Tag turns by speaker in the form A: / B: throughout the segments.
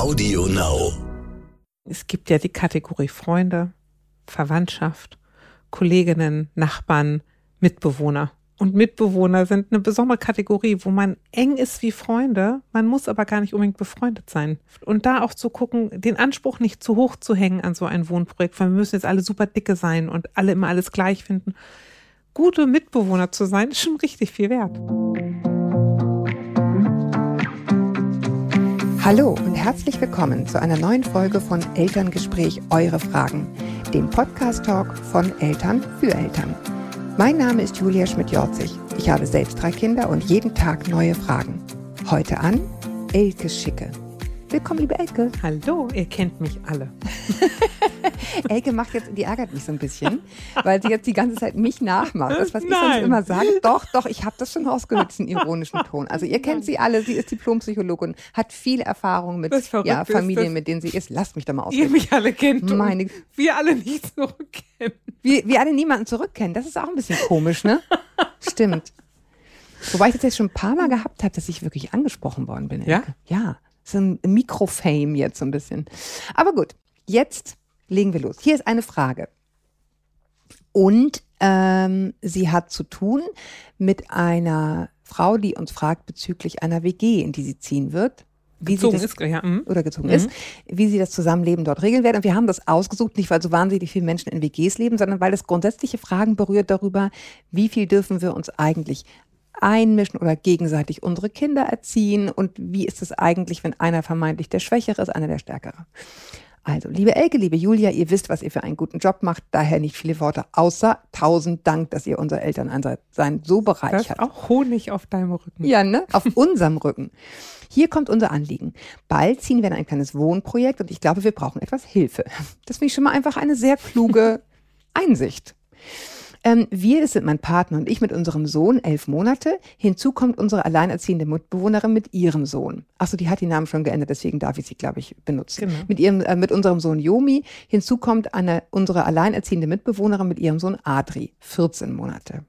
A: Audio Now.
B: Es gibt ja die Kategorie Freunde, Verwandtschaft, Kolleginnen, Nachbarn, Mitbewohner. Und Mitbewohner sind eine besondere Kategorie, wo man eng ist wie Freunde, man muss aber gar nicht unbedingt befreundet sein. Und da auch zu gucken, den Anspruch nicht zu hoch zu hängen an so ein Wohnprojekt, weil wir müssen jetzt alle super dicke sein und alle immer alles gleich finden. Gute Mitbewohner zu sein, ist schon richtig viel wert.
C: Hallo und herzlich willkommen zu einer neuen Folge von Elterngespräch Eure Fragen, dem Podcast-Talk von Eltern für Eltern. Mein Name ist Julia Schmidt-Jorzig. Ich habe selbst 3 Kinder und jeden Tag neue Fragen. Heute an Elke Schicke. Willkommen, liebe Elke.
B: Hallo, ihr kennt mich alle.
C: Elke die ärgert mich so ein bisschen, weil sie jetzt die ganze Zeit mich nachmacht. Das, was ich sonst immer sage. Doch, ich habe das schon rausgehört, diesen ironischen Ton. Also ihr kennt sie alle, sie ist Diplompsychologin, hat viel Erfahrung mit Familien, mit denen sie ist. Lasst mich doch mal ausreden.
B: Ihr mich alle kennt und wir alle nicht zurückkennen.
C: Wir alle niemanden zurückkennen, das ist auch ein bisschen komisch, ne? Stimmt. Wobei ich das jetzt schon ein paar Mal gehabt habe, dass ich wirklich angesprochen worden bin, Elke. Ja, so ein Mikrofame jetzt so ein bisschen. Aber gut, jetzt legen wir los. Hier ist eine Frage. Und sie hat zu tun mit einer Frau, die uns fragt bezüglich einer WG, in die sie ziehen wird. Wie sie das gezogen ist, wie sie das Zusammenleben dort regeln werden. Und wir haben das ausgesucht, nicht weil so wahnsinnig viele Menschen in WGs leben, sondern weil es grundsätzliche Fragen berührt darüber, wie viel dürfen wir uns eigentlich einmischen oder gegenseitig unsere Kinder erziehen und wie ist es eigentlich, wenn einer vermeintlich der Schwächere ist, einer der Stärkere. Also, liebe Elke, liebe Julia, ihr wisst, was ihr für einen guten Job macht, daher nicht viele Worte, außer 1000 Dank, dass ihr unser Elternsein so bereichert.
B: Das ist auch Honig auf deinem Rücken.
C: Ja, ne? Auf unserem Rücken. Hier kommt unser Anliegen. Bald ziehen wir in ein kleines Wohnprojekt und ich glaube, wir brauchen etwas Hilfe. Das finde ich schon mal einfach eine sehr kluge Einsicht. Das sind mein Partner und ich mit unserem Sohn, 11 Monate. Hinzu kommt unsere alleinerziehende Mitbewohnerin mit ihrem Sohn. Achso, die hat die Namen schon geändert, deswegen darf ich sie, glaube ich, benutzen. Genau. Mit unserem Sohn Yomi. Hinzu kommt unsere alleinerziehende Mitbewohnerin mit ihrem Sohn Adri, 14 Monate.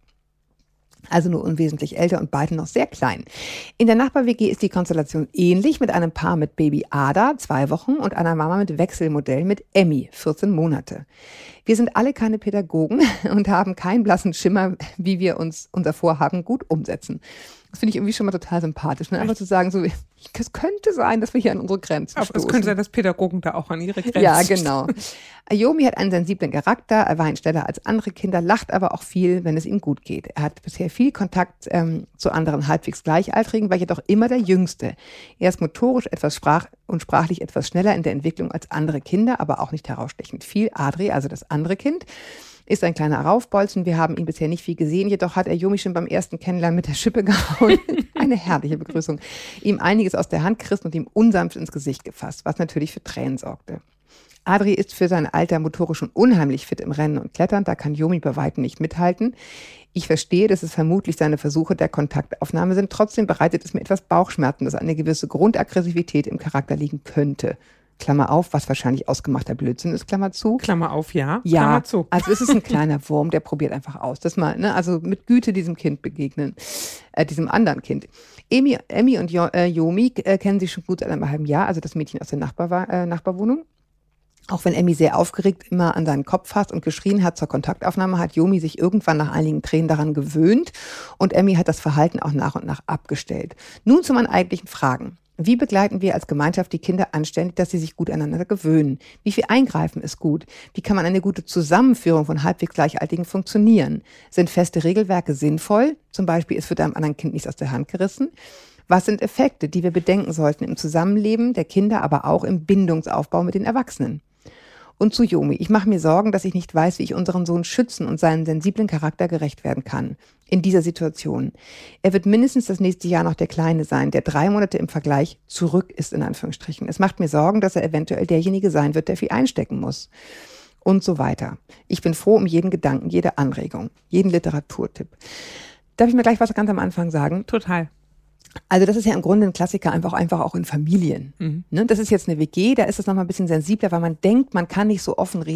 C: Also nur unwesentlich älter und beide noch sehr klein. In der Nachbar-WG ist die Konstellation ähnlich mit einem Paar mit Baby Ada, 2 Wochen, und einer Mama mit Wechselmodell mit Emmy, 14 Monate. Wir sind alle keine Pädagogen und haben keinen blassen Schimmer, wie wir unser Vorhaben gut umsetzen. Das finde ich irgendwie schon mal total sympathisch. Ne? Einfach zu sagen, so, es könnte sein, dass wir hier an unsere Grenzen stoßen.
B: Aber es könnte sein, dass Pädagogen da auch an ihre Grenzen
C: Ja, genau. Yomi hat einen sensiblen Charakter, er war schneller als andere Kinder, lacht aber auch viel, wenn es ihm gut geht. Er hat bisher viel Kontakt zu anderen halbwegs Gleichaltrigen, war jedoch immer der Jüngste. Er ist motorisch etwas sprachlich etwas schneller in der Entwicklung als andere Kinder, aber auch nicht herausstechend viel. Adri, also das andere Kind, ist ein kleiner Raufbolzen. Wir haben ihn bisher nicht viel gesehen, jedoch hat er Yomi schon beim ersten Kennenlernen mit der Schippe gehauen. Eine herrliche Begrüßung. Ihm einiges aus der Hand gerissen und ihm unsanft ins Gesicht gefasst, was natürlich für Tränen sorgte. Adri ist für sein Alter motorisch schon unheimlich fit im Rennen und Klettern, da kann Yomi bei weitem nicht mithalten. Ich verstehe, dass es vermutlich seine Versuche der Kontaktaufnahme sind. Trotzdem bereitet es mir etwas Bauchschmerzen, dass eine gewisse Grundaggressivität im Charakter liegen könnte. Klammer auf, was wahrscheinlich ausgemachter Blödsinn ist, Klammer zu.
B: Klammer auf, ja.
C: Ja,
B: Klammer zu.
C: Also es ist ein kleiner Wurm, der probiert einfach aus. Das mal, ne, also mit Güte diesem Kind begegnen, diesem anderen Kind. Emmy und Yomi kennen sich schon gut seit einem halben Jahr, also das Mädchen aus der Nachbarwohnung. Auch wenn Emmy sehr aufgeregt immer an seinen Kopf fasst und geschrien hat zur Kontaktaufnahme, hat Yomi sich irgendwann nach einigen Tränen daran gewöhnt und Emmy hat das Verhalten auch nach und nach abgestellt. Nun zu meinen eigentlichen Fragen. Wie begleiten wir als Gemeinschaft die Kinder anständig, dass sie sich gut aneinander gewöhnen? Wie viel Eingreifen ist gut? Wie kann man eine gute Zusammenführung von halbwegs Gleichaltrigen funktionieren? Sind feste Regelwerke sinnvoll? Zum Beispiel, es wird einem anderen Kind nichts aus der Hand gerissen. Was sind Effekte, die wir bedenken sollten im Zusammenleben der Kinder, aber auch im Bindungsaufbau mit den Erwachsenen? Und zu Yomi. Ich mache mir Sorgen, dass ich nicht weiß, wie ich unseren Sohn schützen und seinen sensiblen Charakter gerecht werden kann. In dieser Situation. Er wird mindestens das nächste Jahr noch der Kleine sein, der 3 Monate im Vergleich zurück ist, in Anführungsstrichen. Es macht mir Sorgen, dass er eventuell derjenige sein wird, der viel einstecken muss. Und so weiter. Ich bin froh um jeden Gedanken, jede Anregung, jeden Literaturtipp. Darf ich mir gleich was ganz am Anfang sagen?
B: Total.
C: Also das ist ja im Grunde ein Klassiker, einfach auch in Familien. Ne? Das ist jetzt eine WG, da ist es nochmal ein bisschen sensibler, weil man denkt, man kann nicht so offen reden.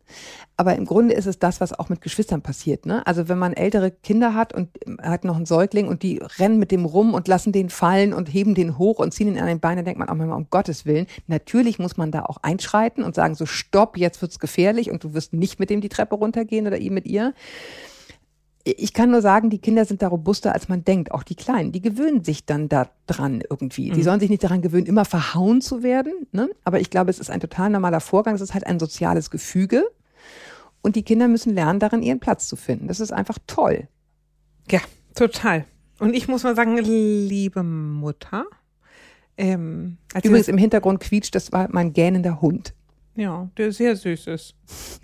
C: Aber im Grunde ist es das, was auch mit Geschwistern passiert. Ne? Also wenn man ältere Kinder hat und hat noch einen Säugling und die rennen mit dem rum und lassen den fallen und heben den hoch und ziehen ihn an den Beinen, dann denkt man auch manchmal, um Gottes Willen. Natürlich muss man da auch einschreiten und sagen, so stopp, jetzt wird's gefährlich und du wirst nicht mit dem die Treppe runtergehen oder ihm mit ihr. Ich kann nur sagen, die Kinder sind da robuster, als man denkt. Auch die Kleinen, die gewöhnen sich dann da dran irgendwie. Die sollen sich nicht daran gewöhnen, immer verhauen zu werden. Ne? Aber ich glaube, es ist ein total normaler Vorgang. Es ist halt ein soziales Gefüge. Und die Kinder müssen lernen, darin ihren Platz zu finden. Das ist einfach toll.
B: Ja, total. Und ich muss mal sagen, liebe Mutter.
C: Übrigens im Hintergrund quietscht, das war mein gähnender Hund.
B: Ja, der sehr süß ist.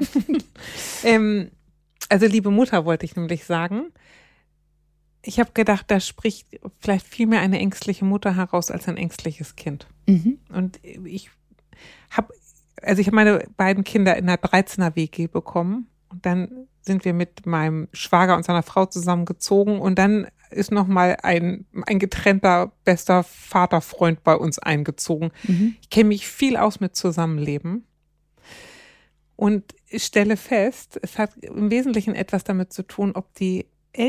B: Also liebe Mutter wollte ich nämlich sagen. Ich habe gedacht, da spricht vielleicht viel mehr eine ängstliche Mutter heraus als ein ängstliches Kind. Und ich habe meine beiden Kinder in einer 13er WG bekommen und dann sind wir mit meinem Schwager und seiner Frau zusammengezogen und dann ist nochmal ein getrennter bester Vaterfreund bei uns eingezogen. Ich kenne mich viel aus mit Zusammenleben. Und ich stelle fest, es hat im Wesentlichen etwas damit zu tun, ob die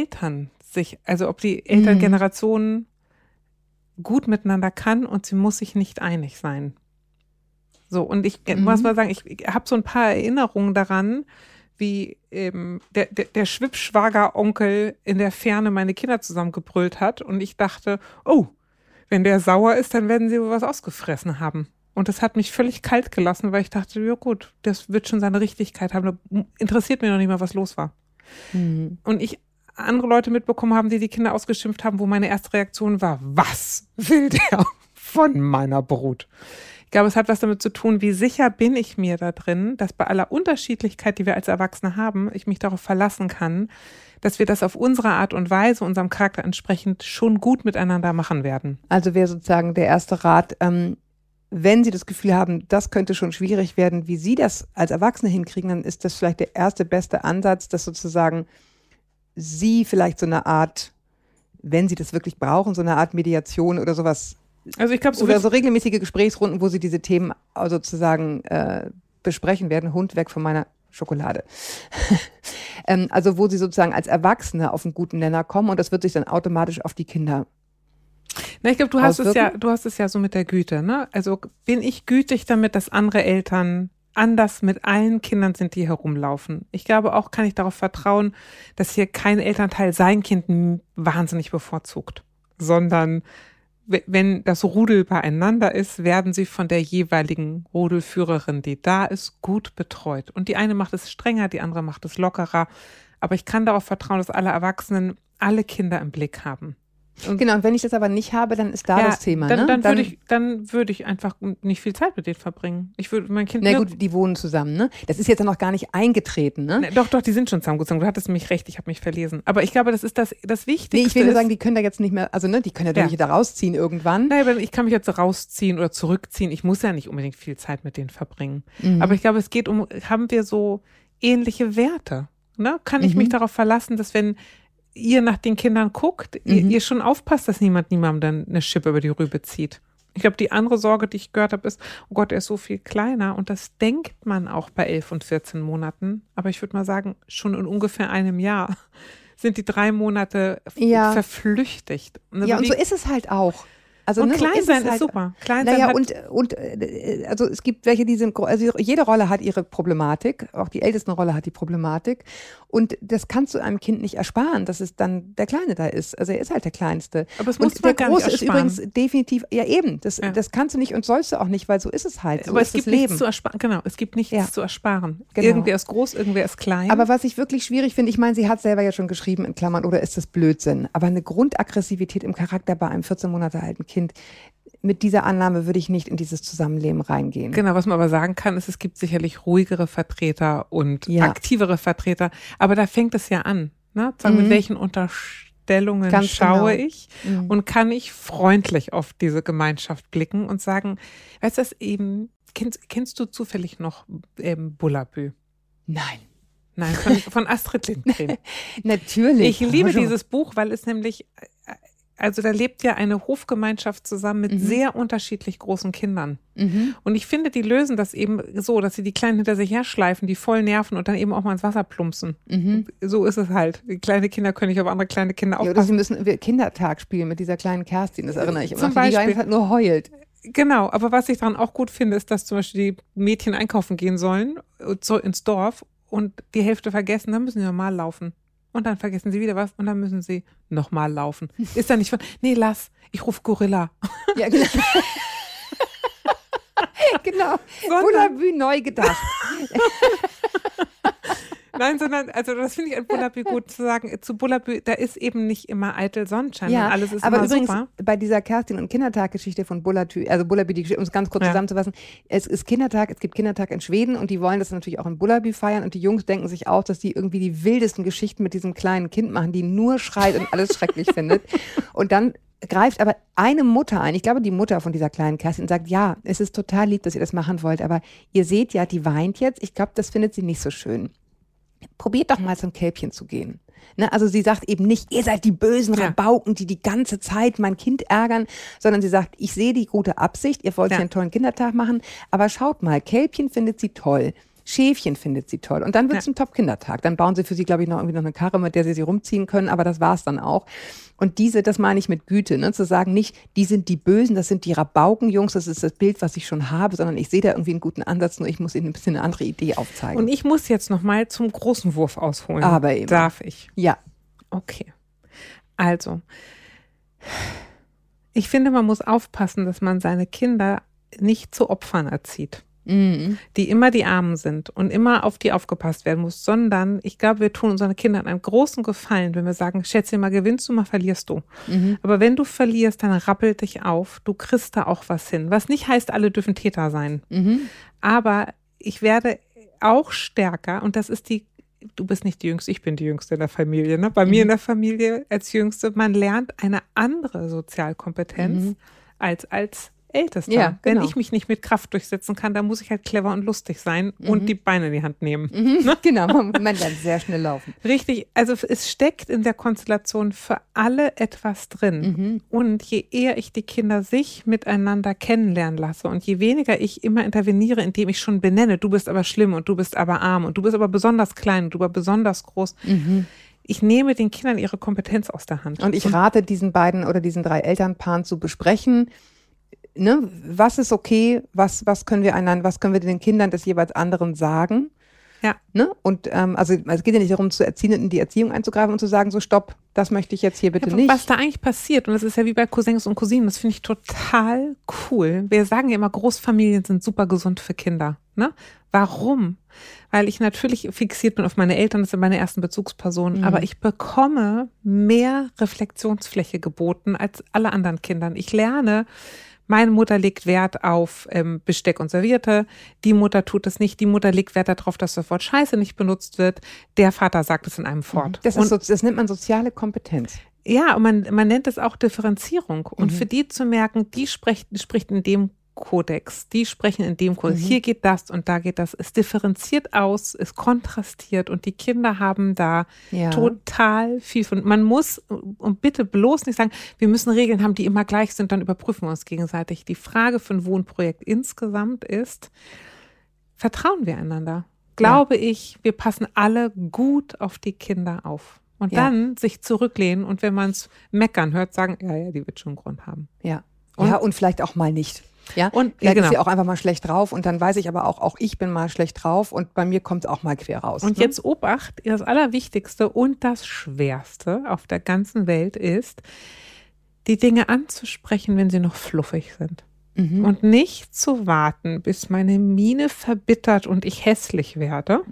B: Elterngenerationen gut miteinander kann und sie muss sich nicht einig sein. So, und ich muss mal sagen, ich habe so ein paar Erinnerungen daran, wie der Schwippschwager-Onkel in der Ferne meine Kinder zusammengebrüllt hat und ich dachte, oh, wenn der sauer ist, dann werden sie wohl was ausgefressen haben. Und das hat mich völlig kalt gelassen, weil ich dachte, ja gut, das wird schon seine Richtigkeit haben. Da interessiert mich noch nicht mal, was los war. Und ich andere Leute mitbekommen haben, die Kinder ausgeschimpft haben, wo meine erste Reaktion war, was will der von meiner Brut? Ich glaube, es hat was damit zu tun, wie sicher bin ich mir da drin, dass bei aller Unterschiedlichkeit, die wir als Erwachsene haben, ich mich darauf verlassen kann, dass wir das auf unsere Art und Weise, unserem Charakter entsprechend schon gut miteinander machen werden.
C: Also wäre sozusagen der erste Rat, wenn Sie das Gefühl haben, das könnte schon schwierig werden, wie Sie das als Erwachsene hinkriegen, dann ist das vielleicht der erste beste Ansatz, dass sozusagen Sie vielleicht so eine Art, wenn Sie das wirklich brauchen, so eine Art Mediation oder sowas.
B: Also ich glaube,
C: so regelmäßige Gesprächsrunden, wo Sie diese Themen sozusagen besprechen werden. Hund weg von meiner Schokolade. Also wo Sie sozusagen als Erwachsene auf einen guten Nenner kommen und das wird sich dann automatisch auf die Kinder
B: Na, ich glaube, du hast es ja so mit der Güte, ne? Also bin ich gütig damit, dass andere Eltern anders mit allen Kindern sind, die herumlaufen. Ich glaube auch, kann ich darauf vertrauen, dass hier kein Elternteil sein Kind wahnsinnig bevorzugt, sondern wenn das Rudel beieinander ist, werden sie von der jeweiligen Rudelführerin, die da ist, gut betreut. Und die eine macht es strenger, die andere macht es lockerer. Aber ich kann darauf vertrauen, dass alle Erwachsenen alle Kinder im Blick haben.
C: Genau, und wenn ich das aber nicht habe, dann ist da das Thema.
B: Dann würde ich einfach nicht viel Zeit mit denen verbringen. Ich würde mein Kind.
C: Na gut, die wohnen zusammen, ne? Das ist jetzt dann noch gar nicht eingetreten, ne?
B: Doch, die sind schon zusammengezogen. Du hattest nämlich recht, ich habe mich verlesen. Aber ich glaube, das ist das Wichtigste.
C: Nee, ich will nur sagen, die können da jetzt nicht mehr, also ne, die können ja da rausziehen irgendwann.
B: Nein, aber ich kann mich jetzt rausziehen oder zurückziehen. Ich muss ja nicht unbedingt viel Zeit mit denen verbringen. Aber ich glaube, es geht haben wir so ähnliche Werte? Ne? Kann ich mich darauf verlassen, dass wenn ihr nach den Kindern guckt, ihr schon aufpasst, dass niemandem dann eine Schippe über die Rübe zieht. Ich glaube, die andere Sorge, die ich gehört habe, ist, oh Gott, er ist so viel kleiner. Und das denkt man auch bei 11 und 14 Monaten. Aber ich würde mal sagen, schon in ungefähr einem Jahr sind die 3 Monate verflüchtigt.
C: Ja, und so ist es halt auch. Also,
B: und
C: ne,
B: klein sein ist super. Klein sein
C: also es gibt welche, die sind, also jede Rolle hat ihre Problematik, auch die ältesten Rolle hat die Problematik und das kannst du einem Kind nicht ersparen, dass es dann der Kleine da ist. Also er ist halt der Kleinste.
B: Aber es muss
C: und der
B: gar
C: Große
B: nicht
C: ist übrigens definitiv, das kannst du nicht und sollst du auch nicht, weil so ist es halt. So
B: aber
C: ist
B: es gibt
C: das Leben.
B: Nichts zu ersparen. Genau, es gibt nichts zu ersparen.
C: Genau.
B: Irgendwer ist groß, irgendwer ist klein.
C: Aber was ich wirklich schwierig finde, ich meine, sie hat selber ja schon geschrieben in Klammern, oder ist das Blödsinn? Aber eine Grundaggressivität im Charakter bei einem 14 Monate alten Kind, mit dieser Annahme würde ich nicht in dieses Zusammenleben reingehen.
B: Genau, was man aber sagen kann, ist, es gibt sicherlich ruhigere Vertreter und aktivere Vertreter, aber da fängt es ja an. Ne? Mit welchen Unterstellungen
C: Ganz
B: schaue
C: genau.
B: ich und kann ich freundlich auf diese Gemeinschaft blicken und sagen, weißt du, das eben, kennst du zufällig noch Bullabü?
C: Nein,
B: von Astrid Lindgren.
C: Natürlich.
B: Ich liebe dieses Buch, weil es nämlich also da lebt ja eine Hofgemeinschaft zusammen mit sehr unterschiedlich großen Kindern. Und ich finde, die lösen das eben so, dass sie die Kleinen hinter sich herschleifen, die voll nerven und dann eben auch mal ins Wasser plumpsen. So ist es halt. Die kleine Kinder können nicht auf andere kleine Kinder aufpassen.
C: Oder sie müssen Kindertag spielen mit dieser kleinen Kerstin, das erinnere ich immer.
B: Zum Beispiel.
C: Die ganze Zeit nur heult.
B: Genau, aber was ich daran auch gut finde, ist, dass zum Beispiel die Mädchen einkaufen gehen sollen, ins Dorf und die Hälfte vergessen, dann müssen sie normal laufen. Und dann vergessen sie wieder was und dann müssen sie nochmal laufen. Ist da nicht von, nee, lass, ich rufe Gorilla.
C: Ja, genau. Genau. Bullabü neu gedacht.
B: Nein, sondern, also das finde ich an Bullabü gut zu sagen, zu Bullabü, da ist eben nicht immer eitel Sonnenschein und alles ist
C: aber
B: immer
C: übrigens,
B: super.
C: Bei dieser Kerstin- und Kindertag-Geschichte von Bullabü, um es ganz kurz zusammenzufassen, es ist Kindertag, es gibt Kindertag in Schweden und die wollen das natürlich auch in Bullabü feiern und die Jungs denken sich auch, dass die irgendwie die wildesten Geschichten mit diesem kleinen Kind machen, die nur schreit und alles schrecklich findet. Und dann greift aber eine Mutter ein, ich glaube die Mutter von dieser kleinen Kerstin, und sagt, ja, es ist total lieb, dass ihr das machen wollt, aber ihr seht ja, die weint jetzt, ich glaube, das findet sie nicht so schön. Probiert doch mal zum Kälbchen zu gehen. Ne? Also sie sagt eben nicht, ihr seid die bösen Rabauken, die die ganze Zeit mein Kind ärgern, sondern sie sagt, ich sehe die gute Absicht, ihr wollt ja einen tollen Kindertag machen, aber schaut mal, Kälbchen findet sie toll. Schäfchen findet sie toll. Und dann wird es ein Top-Kindertag. Dann bauen sie für sie, glaube ich, noch irgendwie noch eine Karre, mit der sie rumziehen können, aber das war es dann auch. Und das meine ich mit Güte, ne? Zu sagen, nicht, die sind die Bösen, das sind die Rabauken-Jungs, das ist das Bild, was ich schon habe, sondern ich sehe da irgendwie einen guten Ansatz, nur ich muss ihnen ein bisschen eine andere Idee aufzeigen.
B: Und ich muss jetzt nochmal zum großen Wurf ausholen.
C: Aber eben.
B: Darf ich?
C: Ja.
B: Okay. Also, ich finde, man muss aufpassen, dass man seine Kinder nicht zu Opfern erzieht. Die immer die Armen sind und immer auf die aufgepasst werden muss, sondern ich glaube, wir tun unseren Kindern einen großen Gefallen, wenn wir sagen, Schätzchen, mal gewinnst du, mal verlierst du. Aber wenn du verlierst, dann rappel dich auf, du kriegst da auch was hin. Was nicht heißt, alle dürfen Täter sein. Aber ich werde auch stärker und das ist du bist nicht die Jüngste, ich bin die Jüngste in der Familie. Ne? Bei mir in der Familie als Jüngste, man lernt eine andere Sozialkompetenz als Ältester.
C: Ja, genau.
B: Wenn ich mich nicht mit Kraft durchsetzen kann, dann muss ich halt clever und lustig sein und die Beine in die Hand nehmen.
C: Ne? Genau, man lernt sehr schnell laufen.
B: Richtig, also es steckt in der Konstellation für alle etwas drin. Und je eher ich die Kinder sich miteinander kennenlernen lasse und je weniger ich immer interveniere, indem ich schon benenne, du bist aber schlimm und du bist aber arm und du bist aber besonders klein und du bist besonders groß. Ich nehme den Kindern ihre Kompetenz aus der Hand.
C: Und ich rate diesen beiden oder diesen 3 Elternpaaren zu besprechen, ne, was ist okay, was können wir den Kindern des jeweils anderen sagen?
B: Ja.
C: Ne? Und also es geht ja nicht darum, zu erziehen und in die Erziehung einzugreifen und zu sagen, so stopp, das möchte ich jetzt hier bitte nicht.
B: Was da eigentlich passiert, und das ist ja wie bei Cousins und Cousinen, das finde ich total cool. Wir sagen ja immer, Großfamilien sind super gesund für Kinder. Ne? Warum? Weil ich natürlich fixiert bin auf meine Eltern, das sind meine ersten Bezugspersonen, aber ich bekomme mehr Reflexionsfläche geboten als alle anderen Kindern. Ich lerne, meine Mutter legt Wert auf Besteck und Serviette. Die Mutter tut es nicht. Die Mutter legt Wert darauf, dass das Wort Scheiße nicht benutzt wird. Der Vater sagt es in einem Fort.
C: Das nennt man soziale Kompetenz.
B: Ja, und man nennt es auch Differenzierung. Und für die zu merken, die spricht in dem Kodex, die sprechen in dem Kodex. Hier geht das und da geht das. Es differenziert aus, es kontrastiert und die Kinder haben da total viel von. Man muss, und bitte bloß nicht sagen, wir müssen Regeln haben, die immer gleich sind, dann überprüfen wir uns gegenseitig. Die Frage für ein Wohnprojekt insgesamt ist, vertrauen wir einander? Glaube ich, wir passen alle gut auf die Kinder auf. Und dann sich zurücklehnen und wenn man es meckern hört, sagen, ja, die wird schon einen Grund haben.
C: Ja. Und vielleicht auch mal nicht. Ja,
B: und
C: vielleicht ist sie auch einfach mal schlecht drauf und dann weiß ich aber auch ich bin mal schlecht drauf und bei mir kommt es auch mal quer raus.
B: Und jetzt Obacht, das Allerwichtigste und das Schwerste auf der ganzen Welt ist, die Dinge anzusprechen, wenn sie noch fluffig sind. Und nicht zu warten, bis meine Miene verbittert und ich hässlich werde,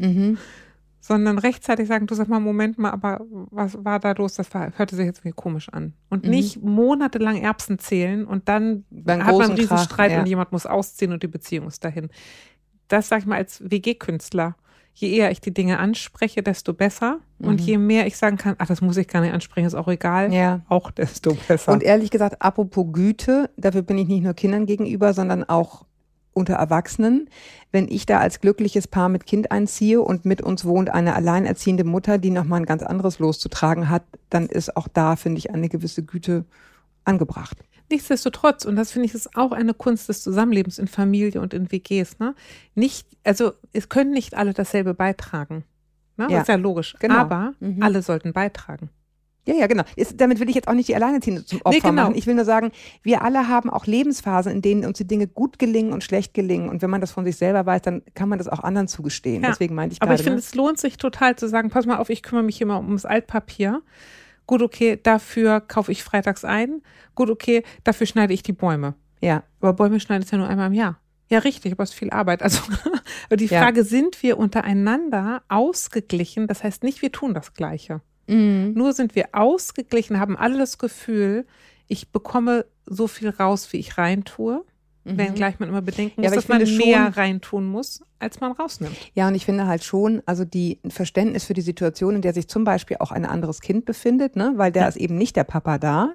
B: sondern rechtzeitig sagen, du sag mal, Moment mal, aber was war da los? Das hörte sich jetzt irgendwie komisch an. Und nicht monatelang Erbsen zählen und dann hat man einen Riesenstreit und jemand muss ausziehen und die Beziehung ist dahin. Das sage ich mal als WG-Künstler. Je eher ich die Dinge anspreche, desto besser. Und je mehr ich sagen kann, das muss ich gar nicht ansprechen, ist auch egal, auch desto besser.
C: Und ehrlich gesagt, apropos Güte, dafür bin ich nicht nur Kindern gegenüber, sondern auch unter Erwachsenen. Wenn ich da als glückliches Paar mit Kind einziehe und mit uns wohnt eine alleinerziehende Mutter, die nochmal ein ganz anderes Los zu tragen hat, dann ist auch da, finde ich, eine gewisse Güte angebracht.
B: Nichtsdestotrotz, und das finde ich ist auch eine Kunst des Zusammenlebens in Familie und in WGs, ne? Es können nicht alle dasselbe beitragen. Ne?
C: Ja.
B: Das ist ja logisch.
C: Genau.
B: Aber alle sollten beitragen.
C: Ja, genau. Damit will ich jetzt auch nicht die Alleinerziehende zum Opfer machen. Ich will nur sagen, wir alle haben auch Lebensphasen, in denen uns die Dinge gut gelingen und schlecht gelingen. Und wenn man das von sich selber weiß, dann kann man das auch anderen zugestehen.
B: Ja.
C: Deswegen meinte ich
B: Aber
C: gerade,
B: ich finde, es lohnt sich total zu sagen, pass mal auf, ich kümmere mich immer ums Altpapier. Gut, okay, dafür kaufe ich freitags ein. Gut, okay, dafür schneide ich die Bäume.
C: Ja.
B: Aber Bäume schneiden ist ja nur einmal im Jahr. Ja, richtig, aber es ist viel Arbeit. Also aber die Frage, sind wir untereinander ausgeglichen? Das heißt nicht, wir tun das Gleiche. Nur sind wir ausgeglichen, haben alle das Gefühl, ich bekomme so viel raus, wie ich reintue. Wenngleich man immer bedenken muss, dass man mehr reintun muss, als man rausnimmt. Ja,
C: und ich finde halt schon, also ein Verständnis für die Situation, in der sich zum Beispiel auch ein anderes Kind befindet, ne, weil der ist eben nicht der Papa da,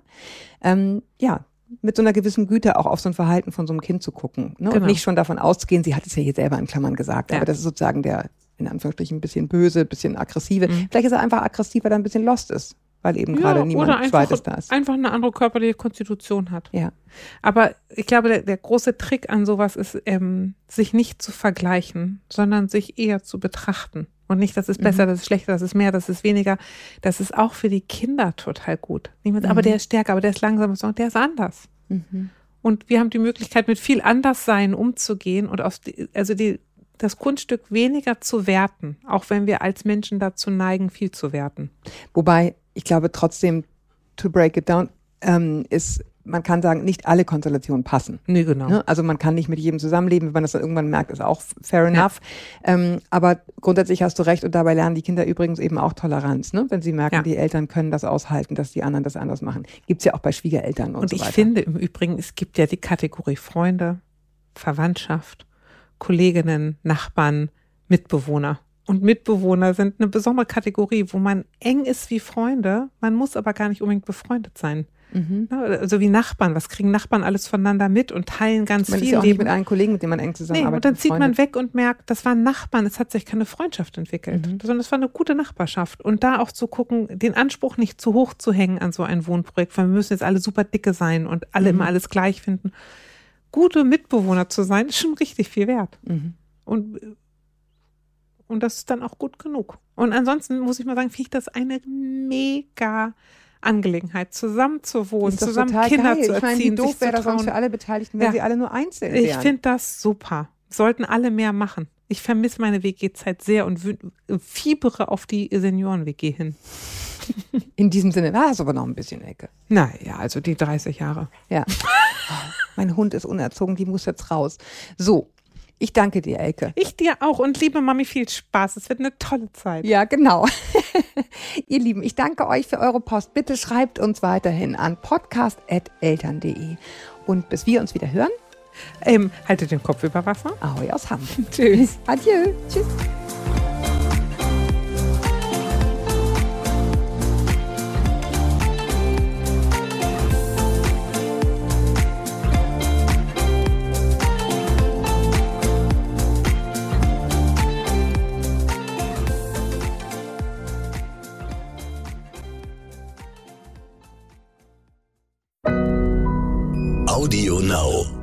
C: mit so einer gewissen Güte auch auf so ein Verhalten von so einem Kind zu gucken. Ne? Genau. Und nicht schon davon auszugehen, sie hat es ja hier selber in Klammern gesagt, aber das ist sozusagen der, in Anführungsstrichen, ein bisschen böse, ein bisschen aggressive. Vielleicht ist er einfach aggressiv, weil er ein bisschen lost ist, weil eben gerade niemand Zweites da ist.
B: Einfach eine andere körperliche Konstitution hat.
C: Ja.
B: Aber ich glaube, der große Trick an sowas ist, sich nicht zu vergleichen, sondern sich eher zu betrachten. Und nicht, das ist besser, das ist schlechter, das ist mehr, das ist weniger. Das ist auch für die Kinder total gut. Aber der ist stärker, aber der ist langsamer, der ist anders. Und wir haben die Möglichkeit, mit viel Anderssein umzugehen und das Kunststück weniger zu werten, auch wenn wir als Menschen dazu neigen, viel zu werten.
C: Wobei, ich glaube trotzdem, to break it down, man kann sagen, nicht alle Konstellationen passen.
B: Nee, genau.
C: Ne? Also man kann nicht mit jedem zusammenleben, wenn man das dann irgendwann merkt, ist auch fair enough. Aber grundsätzlich hast du recht und dabei lernen die Kinder übrigens eben auch Toleranz, ne? Wenn sie merken, die Eltern können das aushalten, dass die anderen das anders machen. Gibt's ja auch bei Schwiegereltern und so weiter.
B: Und ich finde im Übrigen, es gibt ja die Kategorie Freunde, Verwandtschaft, Kolleginnen, Nachbarn, Mitbewohner. Und Mitbewohner sind eine besondere Kategorie, wo man eng ist wie Freunde, man muss aber gar nicht unbedingt befreundet sein. Also wie Nachbarn, was kriegen Nachbarn alles voneinander mit und teilen ganz viel.
C: Man ist ja auch nicht mit allen Kollegen, mit denen man eng zusammenarbeitet.
B: Nee, und dann zieht man weg und merkt, das waren Nachbarn, es hat sich keine Freundschaft entwickelt, sondern es war eine gute Nachbarschaft. Und da auch zu gucken, den Anspruch nicht zu hoch zu hängen an so ein Wohnprojekt, weil wir müssen jetzt alle super dicke sein und alle immer alles gleich finden. Gute Mitbewohner zu sein, ist schon richtig viel wert. Und das ist dann auch gut genug. Und ansonsten muss ich mal sagen, finde ich das eine mega Angelegenheit, zusammen zu wohnen, zusammen Kinder zu erziehen. Ich meine, wie doof wäre das sonst für alle Beteiligten, wenn sie alle nur einzeln wären. Ich finde das super. Sollten alle mehr machen. Ich vermisse meine WG-Zeit sehr und fiebere auf die Senioren-WG hin.
C: In diesem Sinne, da hast du aber noch ein bisschen Ecke.
B: Naja, also die 30 Jahre.
C: Ja. Mein Hund ist unerzogen, die muss jetzt raus. So. Ich danke dir, Elke.
B: Ich dir auch und liebe Mami, viel Spaß. Es wird eine tolle Zeit.
C: Ja, genau. Ihr Lieben, ich danke euch für eure Post. Bitte schreibt uns weiterhin an podcast@eltern.de. Und bis wir uns wieder hören,
B: haltet den Kopf über Wasser.
C: Ahoi aus Hamburg.
B: Tschüss.
C: Adieu. Tschüss.
A: Audio Now.